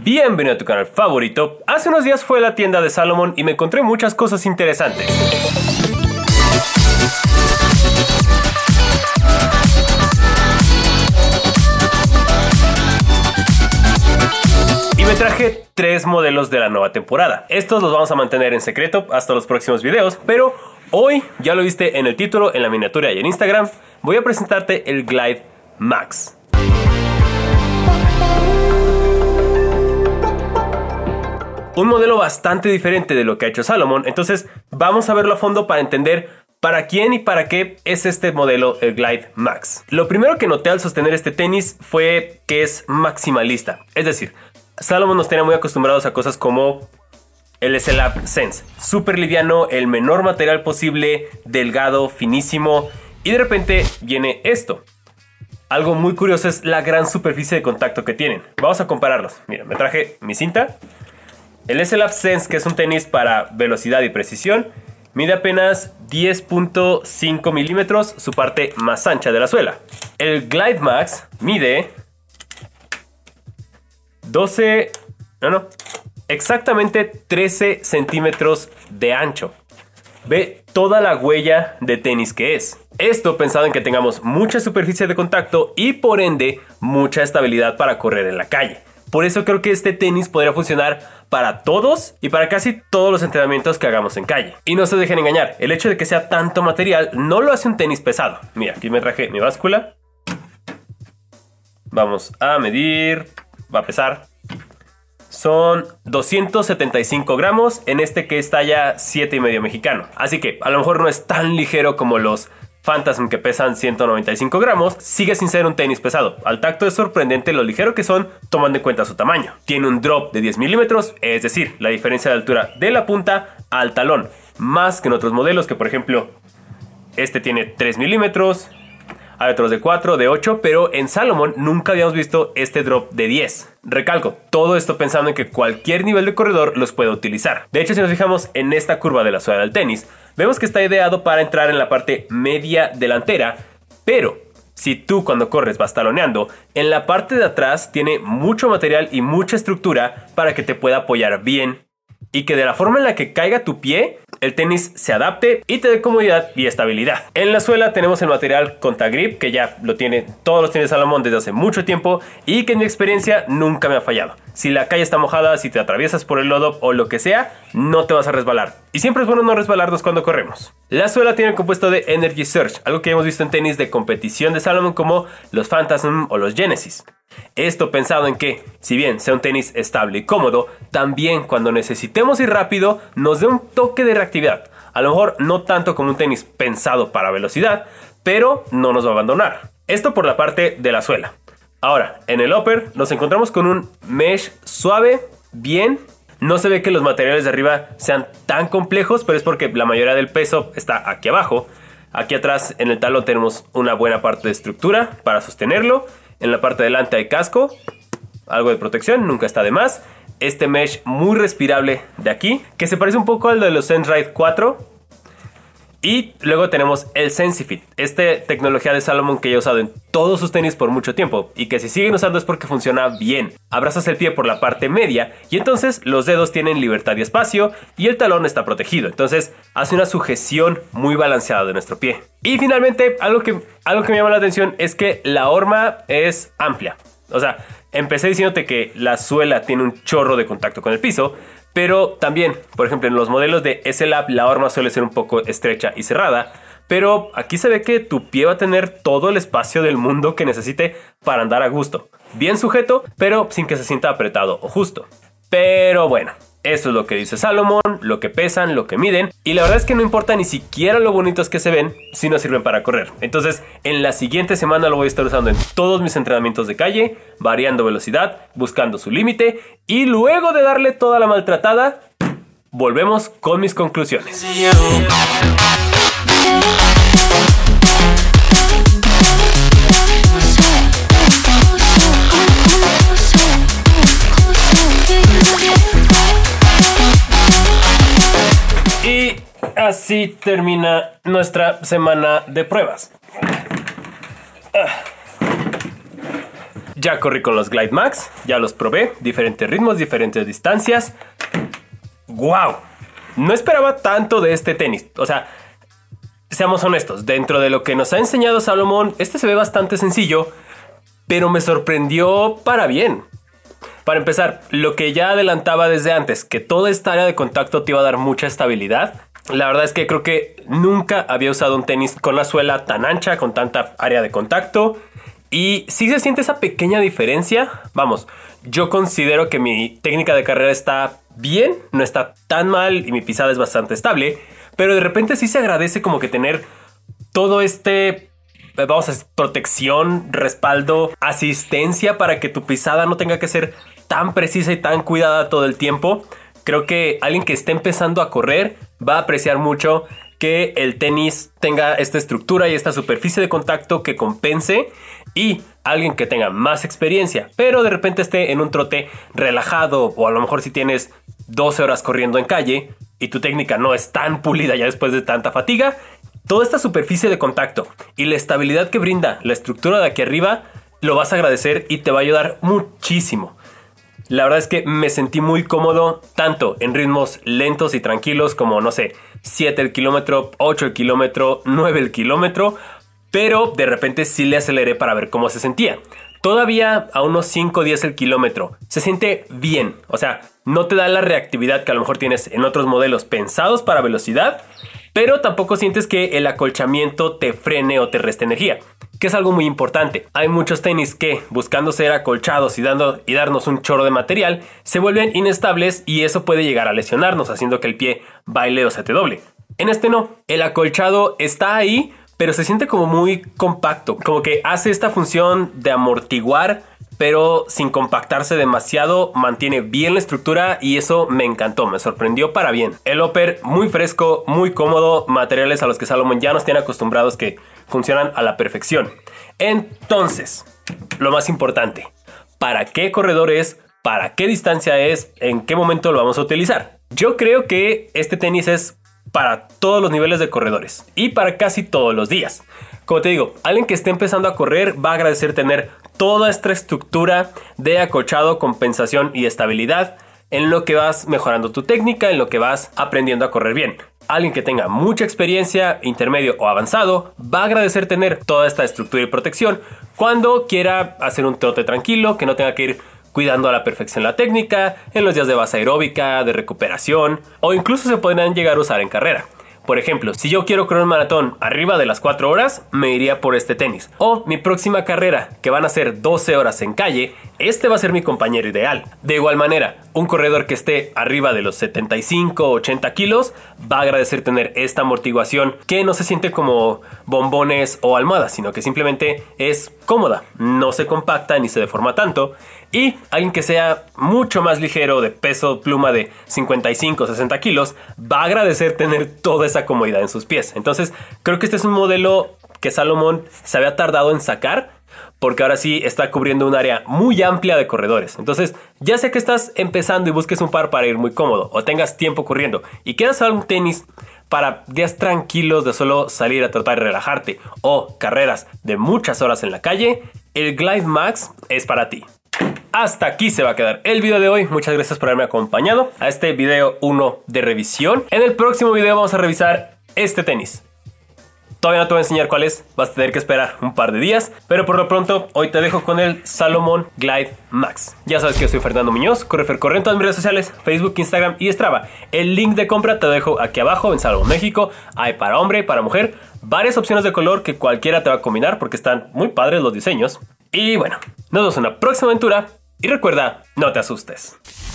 Bienvenido a tu canal favorito. Hace unos días fui a la tienda de Salomon y me encontré muchas cosas interesantes. Y me traje 3 modelos de la nueva temporada. Estos los vamos a mantener en secreto hasta los próximos videos, pero hoy, ya lo viste en el título, en la miniatura y en Instagram, voy a presentarte el Glide Max. Un modelo bastante diferente de lo que ha hecho Salomon, entonces vamos a verlo a fondo para entender para quién y para qué es este modelo, el Glide Max. Lo primero que noté al sostener este tenis fue que es maximalista, es decir, Salomon nos tenía muy acostumbrados a cosas como el SLab Sense, súper liviano, el menor material posible, delgado, finísimo, y de repente viene esto. Algo muy curioso es la gran superficie de contacto que tienen. Vamos a compararlos. Mira, me traje mi cinta. El SLab Sense, que es un tenis para velocidad y precisión, mide apenas 10.5 milímetros, su parte más ancha de la suela. El Glide Max mide exactamente 13 centímetros de ancho. Ve toda la huella de tenis que es. Esto pensado en que tengamos mucha superficie de contacto y por ende mucha estabilidad para correr en la calle. Por eso creo que este tenis podría funcionar para todos y para casi todos los entrenamientos que hagamos en calle. Y no se dejen engañar, el hecho de que sea tanto material no lo hace un tenis pesado. Mira, aquí me traje mi báscula. Vamos a medir, va a pesar. Son 275 gramos en este que es talla 7,5 mexicano. Así que a lo mejor no es tan ligero como los Phantasm que pesan 195 gramos, sigue sin ser un tenis pesado. Al tacto es sorprendente lo ligero que son tomando en cuenta su tamaño. Tiene un drop de 10 milímetros, es decir, la diferencia de altura de la punta al talón, más que en otros modelos que por ejemplo este tiene 3 milímetros, hay otros de 4, de 8, pero en Salomon nunca habíamos visto este drop de 10. Recalco, todo esto pensando en que cualquier nivel de corredor los puede utilizar. De hecho, si nos fijamos en esta curva de la suela del tenis, vemos que está ideado para entrar en la parte media delantera, pero si tú cuando corres vas taloneando, en la parte de atrás tiene mucho material y mucha estructura para que te pueda apoyar bien y que de la forma en la que caiga tu pie, el tenis se adapte y te dé comodidad y estabilidad. En la suela tenemos el material Contagrip, que ya lo tiene todos los tenis Salomon desde hace mucho tiempo y que en mi experiencia nunca me ha fallado. Si la calle está mojada, si te atraviesas por el lodo o lo que sea, no te vas a resbalar. Y siempre es bueno no resbalarnos cuando corremos. La suela tiene el compuesto de Energy Surge, algo que hemos visto en tenis de competición de Salomon como los Phantasm o los Genesis. Esto pensado en que, si bien sea un tenis estable y cómodo, también cuando necesitemos ir rápido nos dé un toque de reactividad. A lo mejor no tanto como un tenis pensado para velocidad, pero no nos va a abandonar. Esto por la parte de la suela. Ahora, en el upper nos encontramos con un mesh suave, bien. No se ve que los materiales de arriba sean tan complejos, pero es porque la mayoría del peso está aquí abajo. Aquí atrás en el talón tenemos una buena parte de estructura para sostenerlo. En la parte de delante hay casco, algo de protección, nunca está de más. Este mesh muy respirable de aquí, que se parece un poco al de los SenseRide 4. Y luego tenemos el SensiFit, esta tecnología de Salomon que ya he usado en todos sus tenis por mucho tiempo y que si siguen usando es porque funciona bien. Abrazas el pie por la parte media y entonces los dedos tienen libertad y espacio y el talón está protegido. Entonces hace una sujeción muy balanceada de nuestro pie. Y finalmente, algo que me llama la atención es que la horma es amplia. O sea, empecé diciéndote que la suela tiene un chorro de contacto con el piso, pero también, por ejemplo, en los modelos de SLab la horma suele ser un poco estrecha y cerrada, pero aquí se ve que tu pie va a tener todo el espacio del mundo que necesite para andar a gusto. Bien sujeto, pero sin que se sienta apretado o justo. Pero bueno, eso es lo que dice Salomon, lo que pesan, lo que miden. Y la verdad es que no importa ni siquiera lo bonitos que se ven si no sirven para correr. Entonces, en la siguiente semana lo voy a estar usando en todos mis entrenamientos de calle, variando velocidad, buscando su límite. Y luego de darle toda la maltratada, volvemos con mis conclusiones. Y así termina nuestra semana de pruebas. Ya corrí con los Glide Max, ya los probé, diferentes ritmos, diferentes distancias. ¡Wow! No esperaba tanto de este tenis. O sea, seamos honestos, dentro de lo que nos ha enseñado Salomón, este se ve bastante sencillo, pero me sorprendió para bien. Para empezar, lo que ya adelantaba desde antes, que toda esta área de contacto te iba a dar mucha estabilidad. La verdad es que creo que nunca había usado un tenis con la suela tan ancha, con tanta área de contacto. Y sí se siente esa pequeña diferencia. Vamos, yo considero que mi técnica de carrera está bien, no está tan mal y mi pisada es bastante estable. Pero de repente sí se agradece como que tener todo vamos a decir, protección, respaldo, asistencia para que tu pisada no tenga que ser tan precisa y tan cuidada todo el tiempo. Creo que alguien que esté empezando a correr va a apreciar mucho que el tenis tenga esta estructura y esta superficie de contacto que compense, y alguien que tenga más experiencia, pero de repente esté en un trote relajado, o a lo mejor si tienes 12 horas corriendo en calle y tu técnica no es tan pulida ya después de tanta fatiga, toda esta superficie de contacto y la estabilidad que brinda la estructura de aquí arriba lo vas a agradecer y te va a ayudar muchísimo. La verdad es que me sentí muy cómodo tanto en ritmos lentos y tranquilos como, no sé, 7 el kilómetro, 8 el kilómetro, 9 el kilómetro, pero de repente sí le aceleré para ver cómo se sentía. Todavía a unos 5 o 10 el kilómetro se siente bien, o sea, no te da la reactividad que a lo mejor tienes en otros modelos pensados para velocidad, pero tampoco sientes que el acolchamiento te frene o te reste energía, que es algo muy importante. Hay muchos tenis que, buscando ser acolchados y darnos un chorro de material, se vuelven inestables y eso puede llegar a lesionarnos, haciendo que el pie baile o se te doble. En este no, el acolchado está ahí, pero se siente como muy compacto, como que hace esta función de amortiguar, pero sin compactarse demasiado, mantiene bien la estructura y eso me encantó, me sorprendió para bien. El upper muy fresco, muy cómodo, materiales a los que Salomón ya nos tiene acostumbrados que funcionan a la perfección. Entonces, lo más importante, ¿para qué corredor es? ¿Para qué distancia es? ¿En qué momento lo vamos a utilizar? Yo creo que este tenis es para todos los niveles de corredores y para casi todos los días. Como te digo, alguien que esté empezando a correr va a agradecer tener toda esta estructura de acolchado, compensación y estabilidad en lo que vas mejorando tu técnica, en lo que vas aprendiendo a correr bien. Alguien que tenga mucha experiencia, intermedio o avanzado, va a agradecer tener toda esta estructura y protección cuando quiera hacer un trote tranquilo, que no tenga que ir cuidando a la perfección la técnica, en los días de base aeróbica, de recuperación, o incluso se podrán llegar a usar en carrera. Por ejemplo, si yo quiero correr un maratón arriba de las 4 horas, me iría por este tenis. O mi próxima carrera, que van a ser 12 horas en calle, este va a ser mi compañero ideal. De igual manera, un corredor que esté arriba de los 75 o 80 kilos va a agradecer tener esta amortiguación que no se siente como bombones o almohadas, sino que simplemente es cómoda, no se compacta ni se deforma tanto. Y alguien que sea mucho más ligero, de peso pluma de 55 o 60 kilos, va a agradecer tener toda esa comodidad en sus pies. Entonces creo que este es un modelo que Salomón se había tardado en sacar, porque ahora sí está cubriendo un área muy amplia de corredores. Entonces, ya sea que estás empezando y busques un par para ir muy cómodo, o tengas tiempo corriendo y quieras un tenis para días tranquilos de solo salir a tratar de relajarte, o carreras de muchas horas en la calle, el Glide Max es para ti. Hasta aquí se va a quedar el video de hoy. Muchas gracias por haberme acompañado a este video 1 de revisión. En el próximo video vamos a revisar este tenis. Todavía no te voy a enseñar cuál es, vas a tener que esperar un par de días, pero por lo pronto hoy te dejo con el Salomón Glide Max. Ya sabes que yo soy Fernando Muñoz, corre en todas mis redes sociales, Facebook, Instagram y Strava. El link de compra te lo dejo aquí abajo en Salomón México. Hay para hombre, para mujer, varias opciones de color que cualquiera te va a combinar porque están muy padres los diseños. Y bueno, nos vemos en la próxima aventura y recuerda, no te asustes.